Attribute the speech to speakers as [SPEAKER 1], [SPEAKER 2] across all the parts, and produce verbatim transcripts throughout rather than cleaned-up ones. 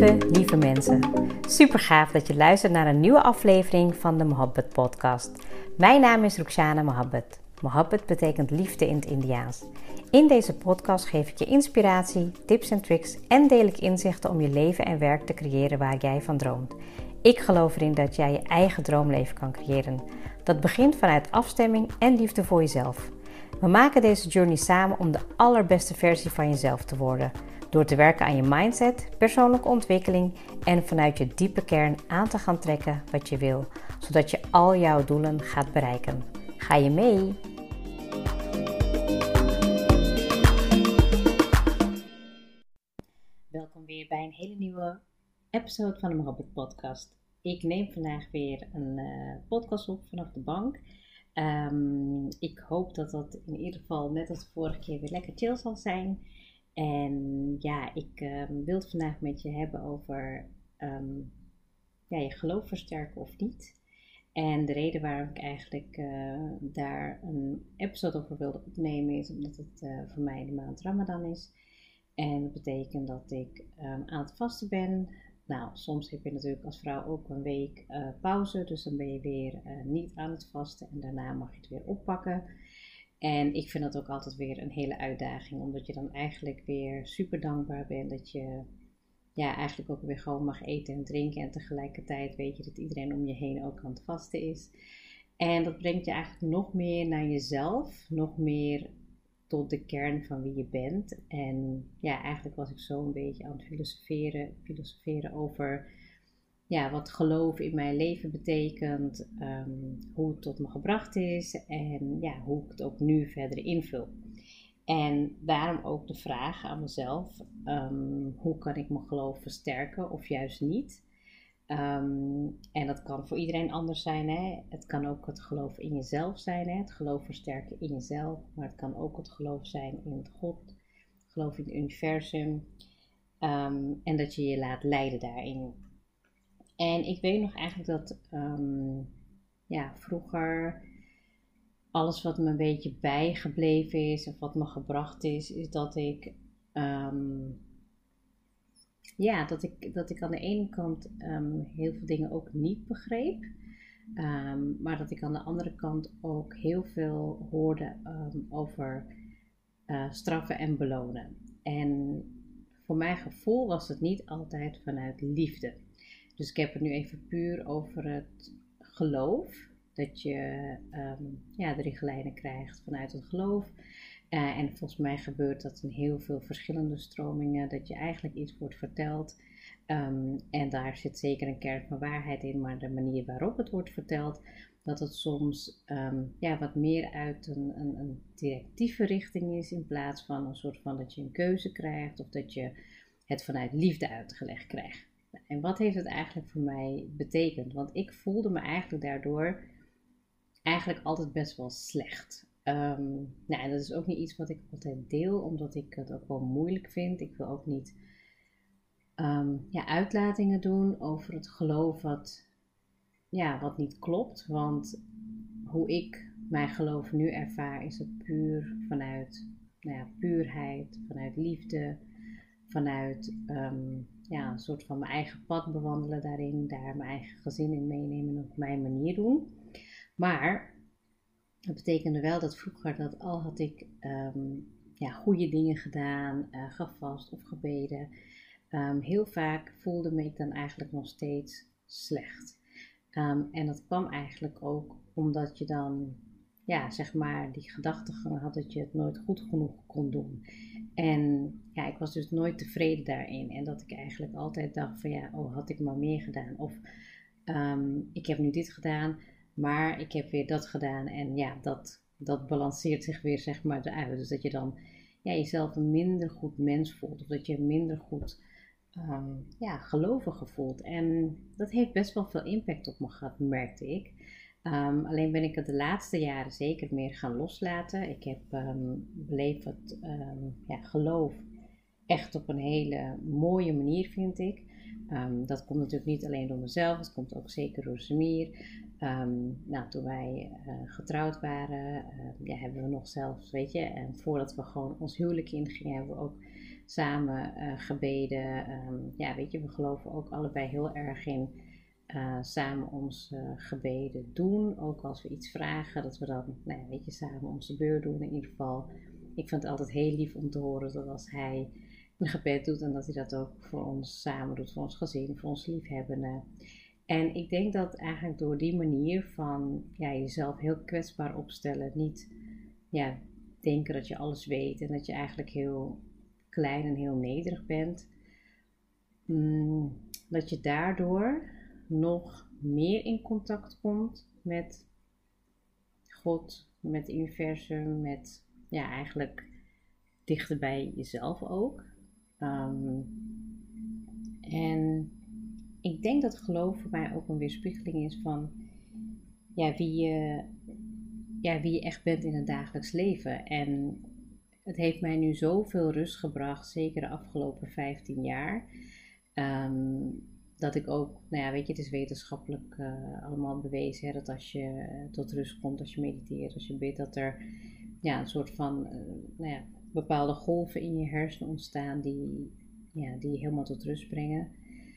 [SPEAKER 1] Lieve, lieve mensen. Super gaaf dat je luistert naar een nieuwe aflevering van de Mohabbat podcast. Mijn naam is Rukhsana Mohabbat. Mohabbat betekent liefde in het Indiaans. In deze podcast geef ik je inspiratie, tips en tricks en deel ik inzichten om je leven en werk te creëren waar jij van droomt. Ik geloof erin dat jij je eigen droomleven kan creëren. Dat begint vanuit afstemming en liefde voor jezelf. We maken deze journey samen om de allerbeste versie van jezelf te worden. Door te werken aan je mindset, persoonlijke ontwikkeling en vanuit je diepe kern aan te gaan trekken wat je wil. Zodat je al jouw doelen gaat bereiken. Ga je mee? Welkom weer bij een hele nieuwe episode van de Mohabbat podcast. Ik neem vandaag weer een uh, podcast op vanaf de bank. Um, ik hoop dat dat in ieder geval net als de vorige keer weer lekker chill zal zijn. En ja, ik um, wil het vandaag met je hebben over um, ja, je geloof versterken of niet. En de reden waarom ik eigenlijk uh, daar een episode over wilde opnemen is omdat het uh, voor mij de maand Ramadan is. En dat betekent dat ik um, aan het vasten ben. Nou, soms heb je natuurlijk als vrouw ook een week uh, pauze, dus dan ben je weer uh, niet aan het vasten en daarna mag je het weer oppakken. En ik vind dat ook altijd weer een hele uitdaging, omdat je dan eigenlijk weer super dankbaar bent dat je ja, eigenlijk ook weer gewoon mag eten en drinken. En tegelijkertijd weet je dat iedereen om je heen ook aan het vasten is. En dat brengt je eigenlijk nog meer naar jezelf, nog meer tot de kern van wie je bent. En ja, eigenlijk was ik zo een beetje aan het filosoferen, filosoferen over ja, wat geloof in mijn leven betekent, um, hoe het tot me gebracht is en ja, hoe ik het ook nu verder invul. En daarom ook de vraag aan mezelf, um, hoe kan ik mijn geloof versterken of juist niet? Um, en dat kan voor iedereen anders zijn. Hè? Het kan ook het geloof in jezelf zijn, hè? Het geloof versterken in jezelf, maar het kan ook het geloof zijn in het God, het geloof in het universum um, en dat je je laat leiden daarin. En ik weet nog eigenlijk dat um, ja, vroeger alles wat me een beetje bijgebleven is of wat me gebracht is, is dat ik um, ja, dat ik, dat ik aan de ene kant um, heel veel dingen ook niet begreep. Um, maar dat ik aan de andere kant ook heel veel hoorde um, over uh, straffen en belonen. En voor mijn gevoel was het niet altijd vanuit liefde. Dus ik heb het nu even puur over het geloof. Dat je um, ja, de richtlijnen krijgt vanuit het geloof. Uh, en volgens mij gebeurt dat in heel veel verschillende stromingen. Dat je eigenlijk iets wordt verteld. Um, en daar zit zeker een kern van waarheid in. Maar de manier waarop het wordt verteld. Dat het soms um, ja, wat meer uit een, een, een directieve richting is. In plaats van een soort van dat je een keuze krijgt. Of dat je het vanuit liefde uitgelegd krijgt. En wat heeft het eigenlijk voor mij betekend? Want ik voelde me eigenlijk daardoor eigenlijk altijd best wel slecht. Um, nou, en dat is ook niet iets wat ik altijd deel, omdat ik het ook wel moeilijk vind. Ik wil ook niet um, ja, uitlatingen doen over het geloof wat, ja, wat niet klopt. Want hoe ik mijn geloof nu ervaar, is het puur vanuit nou ja, puurheid, vanuit liefde, vanuit um, ja, een soort van mijn eigen pad bewandelen daarin, daar mijn eigen gezin in meenemen en op mijn manier doen. Maar dat betekende wel dat vroeger, dat al had ik um, ja, goede dingen gedaan, uh, gevast of gebeden, um, heel vaak voelde me ik dan eigenlijk nog steeds slecht. Um, en dat kwam eigenlijk ook omdat je dan, ja, zeg maar, die gedachtegang had dat je het nooit goed genoeg kon doen. En ja, ik was dus nooit tevreden daarin. En dat ik eigenlijk altijd dacht van ja, oh, had ik maar meer gedaan. Of um, ik heb nu dit gedaan, maar ik heb weer dat gedaan. En ja, dat, dat balanceert zich weer, zeg maar, uit. Dus dat je dan ja, jezelf een minder goed mens voelt. Of dat je minder goed um, ja, gelovig voelt. En dat heeft best wel veel impact op me gehad, merkte ik. Um, alleen ben ik het de laatste jaren zeker meer gaan loslaten. Ik heb um, beleefd het um, ja, geloof echt op een hele mooie manier, vind ik. Um, dat komt natuurlijk niet alleen door mezelf, het komt ook zeker door Samir. Um, nou, toen wij uh, getrouwd waren, uh, ja, hebben we nog zelfs, weet je, en voordat we gewoon ons huwelijk ingingen, hebben we ook samen uh, gebeden. Um, ja, weet je, we geloven ook allebei heel erg in uh, samen onze uh, gebeden doen. Ook als we iets vragen, dat we dan, nou ja, weet je, samen onze beurt doen in ieder geval. Ik vind het altijd heel lief om te horen dat als hij een gebed doet en dat hij dat ook voor ons samen doet, voor ons gezin, voor ons liefhebbenden. En ik denk dat eigenlijk door die manier van ja, jezelf heel kwetsbaar opstellen, niet ja, denken dat je alles weet en dat je eigenlijk heel klein en heel nederig bent, mm, dat je daardoor nog meer in contact komt met God, met het universum, met ja, eigenlijk dichter bij jezelf ook. Um, en ik denk dat geloof voor mij ook een weerspiegeling is van ja, wie, je, ja, wie je echt bent in het dagelijks leven. En het heeft mij nu zoveel rust gebracht, zeker de afgelopen vijftien jaar. Um, dat ik ook, nou ja, weet je, het is wetenschappelijk uh, allemaal bewezen, hè, dat als je tot rust komt, als je mediteert, als je bidt, dat er ja, een soort van, uh, nou ja, bepaalde golven in je hersenen ontstaan die, ja, die je helemaal tot rust brengen.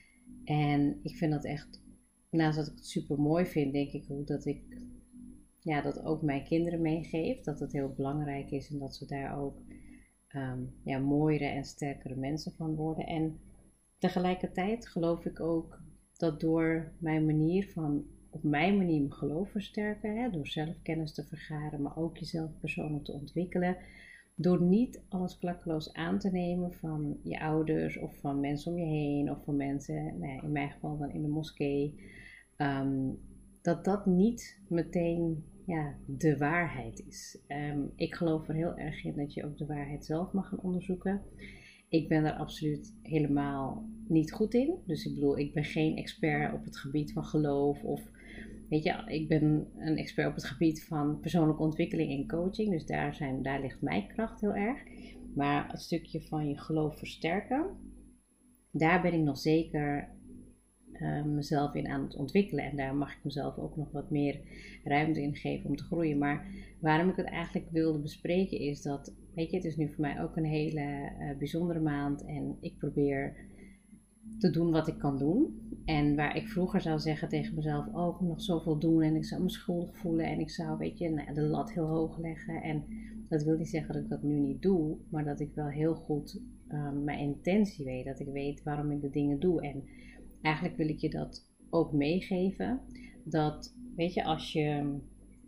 [SPEAKER 1] En ik vind dat echt, naast dat ik het super mooi vind, denk ik ook dat ik ja, dat ook mijn kinderen meegeef. Dat het heel belangrijk is en dat ze daar ook um, ja, mooiere en sterkere mensen van worden. En tegelijkertijd geloof ik ook dat door mijn manier van, op mijn manier mijn geloof versterken, hè, door zelfkennis te vergaren, maar ook jezelf persoonlijk te ontwikkelen, door niet alles klakkeloos aan te nemen van je ouders of van mensen om je heen of van mensen, nou ja, in mijn geval dan in de moskee, um, dat dat niet meteen ja, de waarheid is. Um, ik geloof er heel erg in dat je ook de waarheid zelf mag gaan onderzoeken. Ik ben daar absoluut helemaal niet goed in. Dus ik bedoel, ik ben geen expert op het gebied van geloof of weet je, ik ben een expert op het gebied van persoonlijke ontwikkeling en coaching. Dus daar, zijn, daar ligt mijn kracht heel erg. Maar het stukje van je geloof versterken, daar ben ik nog zeker uh, mezelf in aan het ontwikkelen. En daar mag ik mezelf ook nog wat meer ruimte in geven om te groeien. Maar waarom ik het eigenlijk wilde bespreken is dat, weet je, het is nu voor mij ook een hele uh, bijzondere maand. En ik probeer te doen wat ik kan doen. En waar ik vroeger zou zeggen tegen mezelf, oh, ik moet nog zoveel doen en ik zou me schuldig voelen en ik zou, weet je, nou, de lat heel hoog leggen. En dat wil niet zeggen dat ik dat nu niet doe, maar dat ik wel heel goed um, mijn intentie weet, dat ik weet waarom ik de dingen doe. En eigenlijk wil ik je dat ook meegeven, dat, weet je, als je,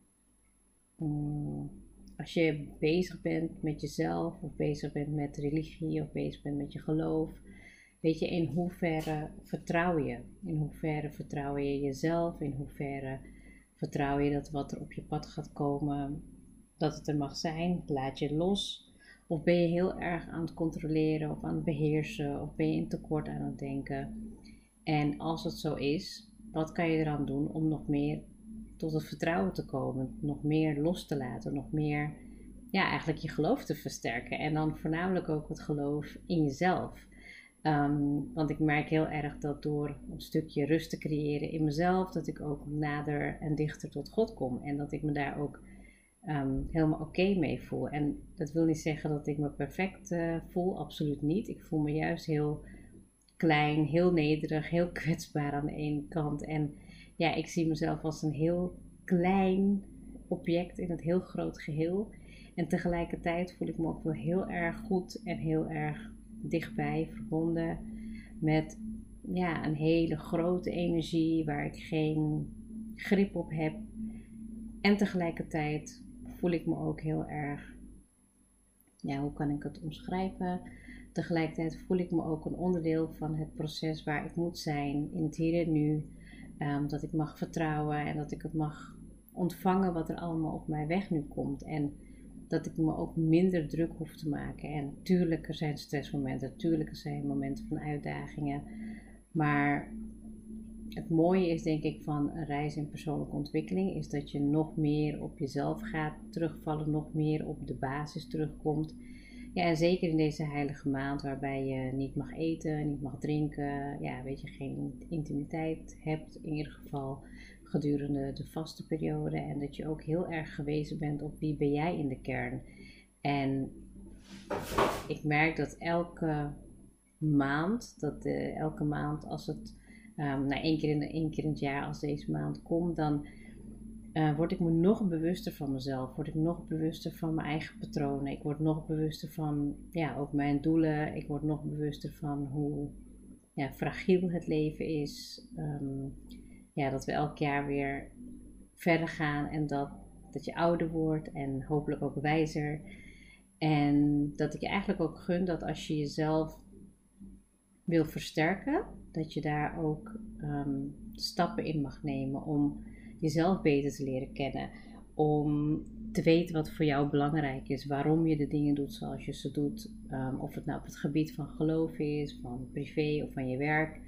[SPEAKER 1] um, als je bezig bent met jezelf of bezig bent met religie of bezig bent met je geloof, weet je, in hoeverre vertrouw je? In hoeverre vertrouw je jezelf? In hoeverre vertrouw je dat wat er op je pad gaat komen, dat het er mag zijn? Laat je los? Of ben je heel erg aan het controleren of aan het beheersen? Of ben je in tekort aan het denken? En als het zo is, wat kan je eraan doen om nog meer tot het vertrouwen te komen? Nog meer los te laten? Nog meer, ja, eigenlijk je geloof te versterken? En dan voornamelijk ook het geloof in jezelf. Um, want ik merk heel erg dat door een stukje rust te creëren in mezelf, dat ik ook nader en dichter tot God kom. En dat ik me daar ook um, helemaal oké okay mee voel. En dat wil niet zeggen dat ik me perfect uh, voel, absoluut niet. Ik voel me juist heel klein, heel nederig, heel kwetsbaar aan de ene kant. En ja, ik zie mezelf als een heel klein object in het heel groot geheel. En tegelijkertijd voel ik me ook wel heel erg goed en heel erg dichtbij, verbonden met ja, een hele grote energie waar ik geen grip op heb. En tegelijkertijd voel ik me ook heel erg, ja, hoe kan ik het omschrijven? Tegelijkertijd voel ik me ook een onderdeel van het proces waar ik moet zijn in het hier en nu. Um, dat ik mag vertrouwen en dat ik het mag ontvangen wat er allemaal op mijn weg nu komt. En dat ik me ook minder druk hoef te maken. En tuurlijk er zijn stressmomenten, tuurlijk er zijn momenten van uitdagingen. Maar het mooie is denk ik van een reis in persoonlijke ontwikkeling, is dat je nog meer op jezelf gaat terugvallen, nog meer op de basis terugkomt. Ja, en zeker in deze heilige maand waarbij je niet mag eten, niet mag drinken, ja, weet je, geen intimiteit hebt in ieder geval gedurende de vaste periode. En dat je ook heel erg gewezen bent op wie ben jij in de kern. En ik merk dat elke maand, dat uh, elke maand als het, um, nou één keer, in, één keer in het jaar als deze maand komt, dan uh, word ik me nog bewuster van mezelf. Word ik nog bewuster van mijn eigen patronen. Ik word nog bewuster van, ja, ook mijn doelen. Ik word nog bewuster van hoe, ja, fragiel het leven is. Um, ja, dat we elk jaar weer verder gaan en dat, dat je ouder wordt en hopelijk ook wijzer. En dat ik je eigenlijk ook gun dat als je jezelf wil versterken, dat je daar ook um, stappen in mag nemen om jezelf beter te leren kennen. Om te weten wat voor jou belangrijk is, waarom je de dingen doet zoals je ze doet. Um, of het nou op het gebied van geloof is, van privé of van je werk.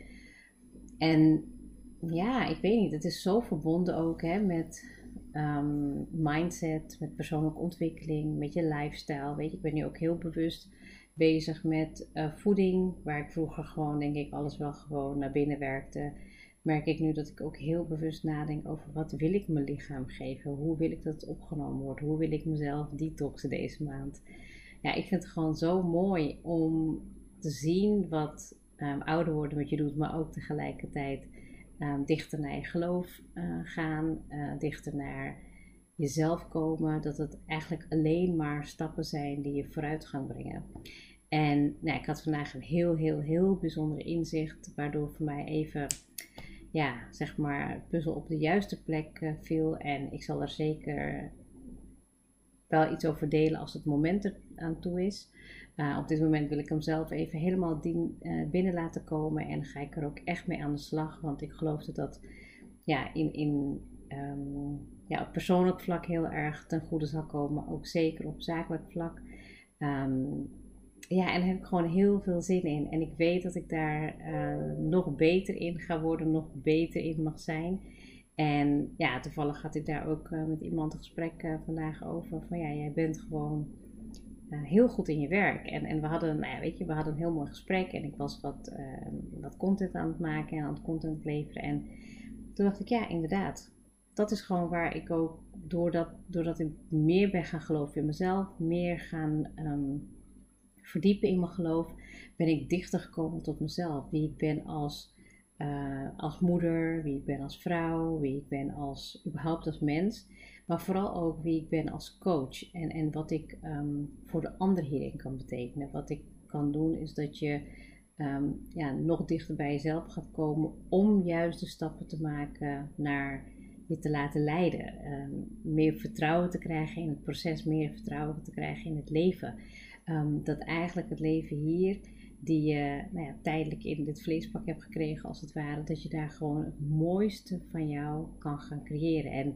[SPEAKER 1] En ja, ik weet niet, het is zo verbonden ook hè, met um, mindset, met persoonlijke ontwikkeling, met je lifestyle. Weet je, ik ben nu ook heel bewust bezig met uh, voeding, waar ik vroeger gewoon denk ik alles wel gewoon naar binnen werkte. Merk ik nu dat ik ook heel bewust nadenk over wat wil ik mijn lichaam geven? Hoe wil ik dat het opgenomen wordt? Hoe wil ik mezelf detoxen deze maand? Ja, ik vind het gewoon zo mooi om te zien wat um, ouder worden met je doet, maar ook tegelijkertijd um, dichter naar je geloof uh, gaan, uh, dichter naar jezelf komen. Dat het eigenlijk alleen maar stappen zijn die je vooruit gaan brengen. En nou, ik had vandaag een heel, heel, heel bijzonder inzicht, waardoor voor mij even, ja, zeg maar, puzzel op de juiste plek uh, viel. En ik zal er zeker wel iets over delen als het moment er aan toe is. Uh, op dit moment wil ik hem zelf even helemaal dien, uh, binnen laten komen. En ga ik er ook echt mee aan de slag. Want ik geloof dat dat ja, in, in, um, ja, op persoonlijk vlak heel erg ten goede zal komen. Maar ook zeker op zakelijk vlak. Um, Ja, en daar heb ik gewoon heel veel zin in. En ik weet dat ik daar uh, nog beter in ga worden, nog beter in mag zijn. En ja, toevallig had ik daar ook uh, met iemand een gesprek uh, vandaag over. Van ja, jij bent gewoon uh, heel goed in je werk. En, en we hadden, nou ja, weet je, we hadden een heel mooi gesprek. En ik was wat, uh, wat content aan het maken en aan het content leveren. En toen dacht ik, ja, inderdaad. Dat is gewoon waar ik ook, doordat, doordat ik meer ben gaan geloven in mezelf, meer gaan Um, verdiepen in mijn geloof, ben ik dichter gekomen tot mezelf. Wie ik ben als, uh, als moeder, wie ik ben als vrouw, wie ik ben als, überhaupt als mens. Maar vooral ook wie ik ben als coach. En, en wat ik um, voor de ander hierin kan betekenen. Wat ik kan doen is dat je um, ja, nog dichter bij jezelf gaat komen om juist de stappen te maken naar je te laten leiden. Um, meer vertrouwen te krijgen in het proces, meer vertrouwen te krijgen in het leven. Um, dat eigenlijk het leven hier, die je nou ja, tijdelijk in dit vleespak hebt gekregen als het ware, dat je daar gewoon het mooiste van jou kan gaan creëren. En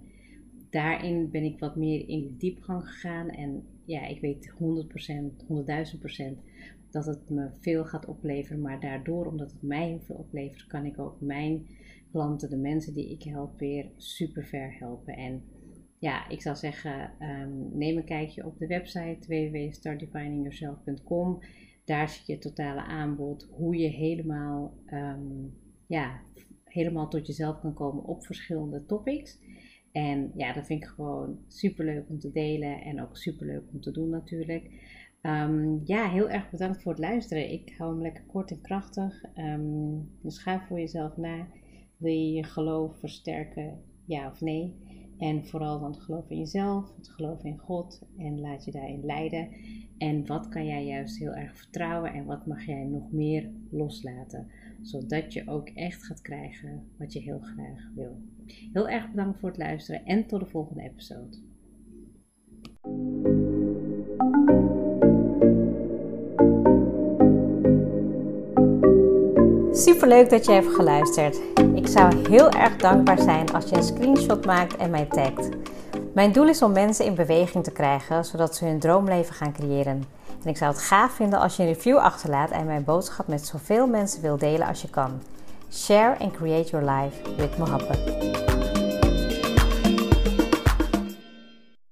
[SPEAKER 1] daarin ben ik wat meer in de diepgang gegaan. En ja, ik weet honderd procent, honderdduizend procent dat het me veel gaat opleveren. Maar daardoor, omdat het mij heel veel oplevert, kan ik ook mijn klanten, de mensen die ik help, weer super ver helpen. En ja, ik zou zeggen, um, neem een kijkje op de website w w w punt start defining yourself punt com. Daar zit je het totale aanbod, hoe je helemaal, um, ja, helemaal tot jezelf kan komen op verschillende topics. En ja, dat vind ik gewoon super leuk om te delen en ook super leuk om te doen natuurlijk. Um, ja, heel erg bedankt voor het luisteren. Ik hou hem lekker kort en krachtig. Um, dus ga voor jezelf na. Wil je je geloof versterken, ja of nee? En vooral dan het geloof in jezelf, het geloof in God en laat je daarin leiden. En wat kan jij juist heel erg vertrouwen en wat mag jij nog meer loslaten? Zodat je ook echt gaat krijgen wat je heel graag wil. Heel erg bedankt voor het luisteren en tot de volgende episode.
[SPEAKER 2] Superleuk dat je hebt geluisterd. Ik zou heel erg dankbaar zijn als je een screenshot maakt en mij tagt. Mijn doel is om mensen in beweging te krijgen, zodat ze hun droomleven gaan creëren. En ik zou het gaaf vinden als je een review achterlaat en mijn boodschap met zoveel mensen wil delen als je kan. Share and create your life with Mohabbat.